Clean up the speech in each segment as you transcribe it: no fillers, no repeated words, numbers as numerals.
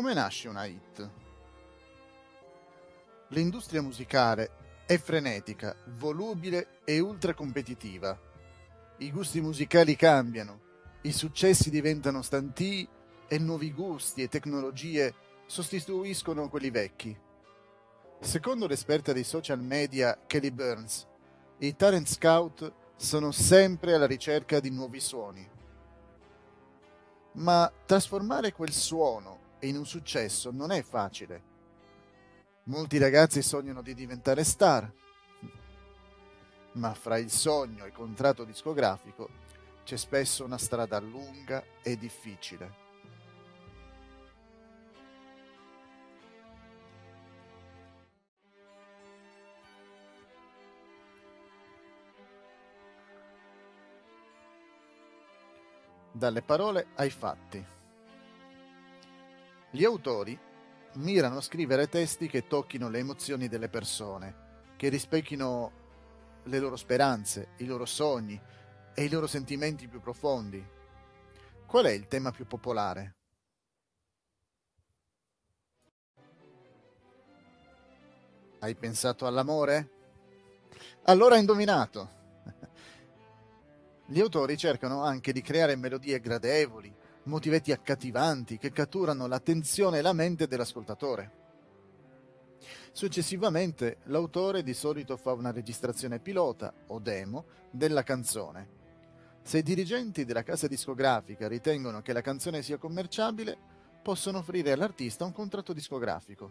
Come nasce una hit? L'industria musicale è frenetica, volubile e ultracompetitiva. I gusti musicali cambiano, i successi diventano stantii e nuovi gusti e tecnologie sostituiscono quelli vecchi. Secondo l'esperta dei social media Kelly Burns, i talent scout sono sempre alla ricerca di nuovi suoni. Ma trasformare quel suono in un successo non è facile. Molti ragazzi sognano di diventare star, ma fra il sogno e il contratto discografico c'è spesso una strada lunga e difficile. Dalle parole ai fatti. Gli autori mirano a scrivere testi che tocchino le emozioni delle persone, che rispecchino le loro speranze, i loro sogni e i loro sentimenti più profondi. Qual è il tema più popolare? Hai pensato all'amore? Allora hai indovinato! Gli autori cercano anche di creare melodie gradevoli, motivetti accattivanti che catturano l'attenzione e la mente dell'ascoltatore. Successivamente, l'autore di solito fa una registrazione pilota o demo della canzone. Se i dirigenti della casa discografica ritengono che la canzone sia commerciabile, possono offrire all'artista un contratto discografico.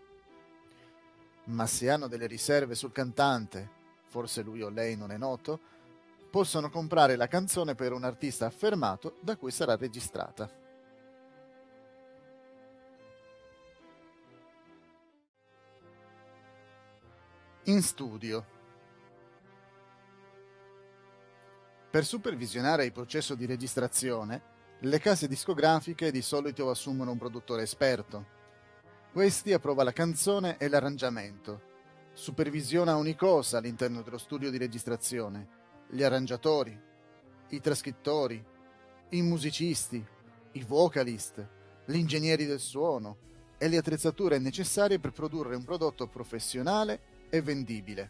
Ma se hanno delle riserve sul cantante, forse lui o lei non è noto, possono comprare la canzone per un artista affermato da cui sarà registrata. In studio. Per supervisionare il processo di registrazione, le case discografiche di solito assumono un produttore esperto. Questi approva la canzone e l'arrangiamento, supervisiona ogni cosa all'interno dello studio di registrazione, gli arrangiatori, i trascrittori, i musicisti, i vocalist, gli ingegneri del suono e le attrezzature necessarie per produrre un prodotto professionale e vendibile.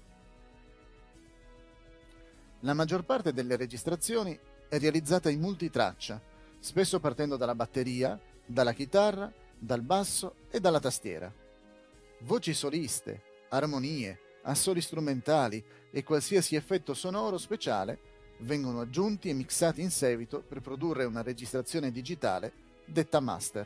La maggior parte delle registrazioni è realizzata in multitraccia, spesso partendo dalla batteria, dalla chitarra, dal basso e dalla tastiera. Voci soliste, armonie, assoli strumentali e qualsiasi effetto sonoro speciale vengono aggiunti e mixati in seguito per produrre una registrazione digitale detta master.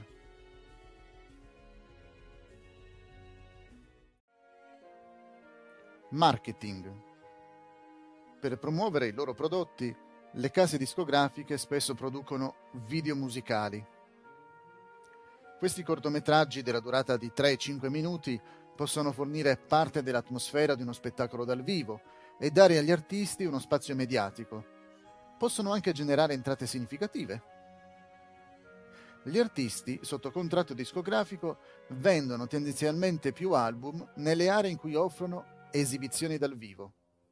Marketing. Per promuovere i loro prodotti, le case discografiche spesso producono video musicali. Questi cortometraggi della durata di 3-5 minuti possono fornire parte dell'atmosfera di uno spettacolo dal vivo e dare agli artisti uno spazio mediatico. Possono anche generare entrate significative. Gli artisti, sotto contratto discografico, vendono tendenzialmente più album nelle aree in cui offrono esibizioni dal vivo.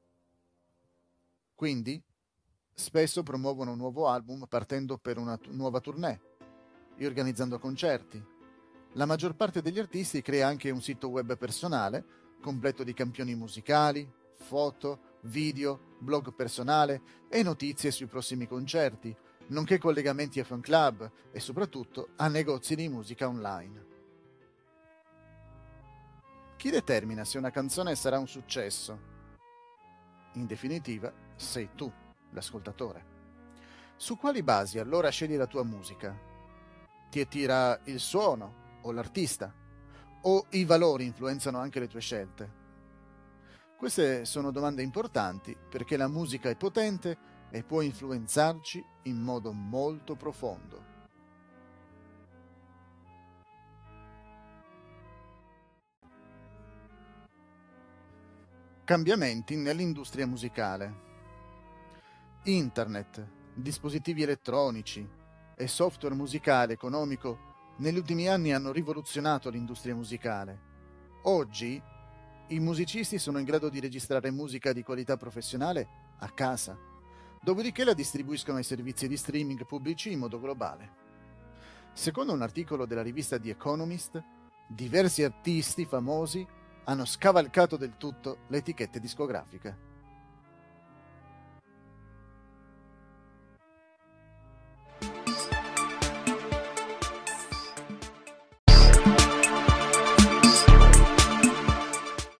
Quindi, spesso promuovono un nuovo album partendo per una nuova tournée e organizzando concerti. La maggior parte degli artisti crea anche un sito web personale, completo di campioni musicali, foto, video, blog personale e notizie sui prossimi concerti, nonché collegamenti a fan club e soprattutto a negozi di musica online. Chi determina se una canzone sarà un successo? In definitiva, sei tu, l'ascoltatore. Su quali basi allora scegli la tua musica? Ti attira il suono o l'artista? O i valori influenzano anche le tue scelte? Queste sono domande importanti perché la musica è potente e può influenzarci in modo molto profondo. Cambiamenti nell'industria musicale. Internet, dispositivi elettronici e software musicale economico negli ultimi anni hanno rivoluzionato l'industria musicale. Oggi i musicisti sono in grado di registrare musica di qualità professionale a casa, dopodiché la distribuiscono ai servizi di streaming pubblici in modo globale. Secondo un articolo della rivista The Economist, diversi artisti famosi hanno scavalcato del tutto le etichette discografiche.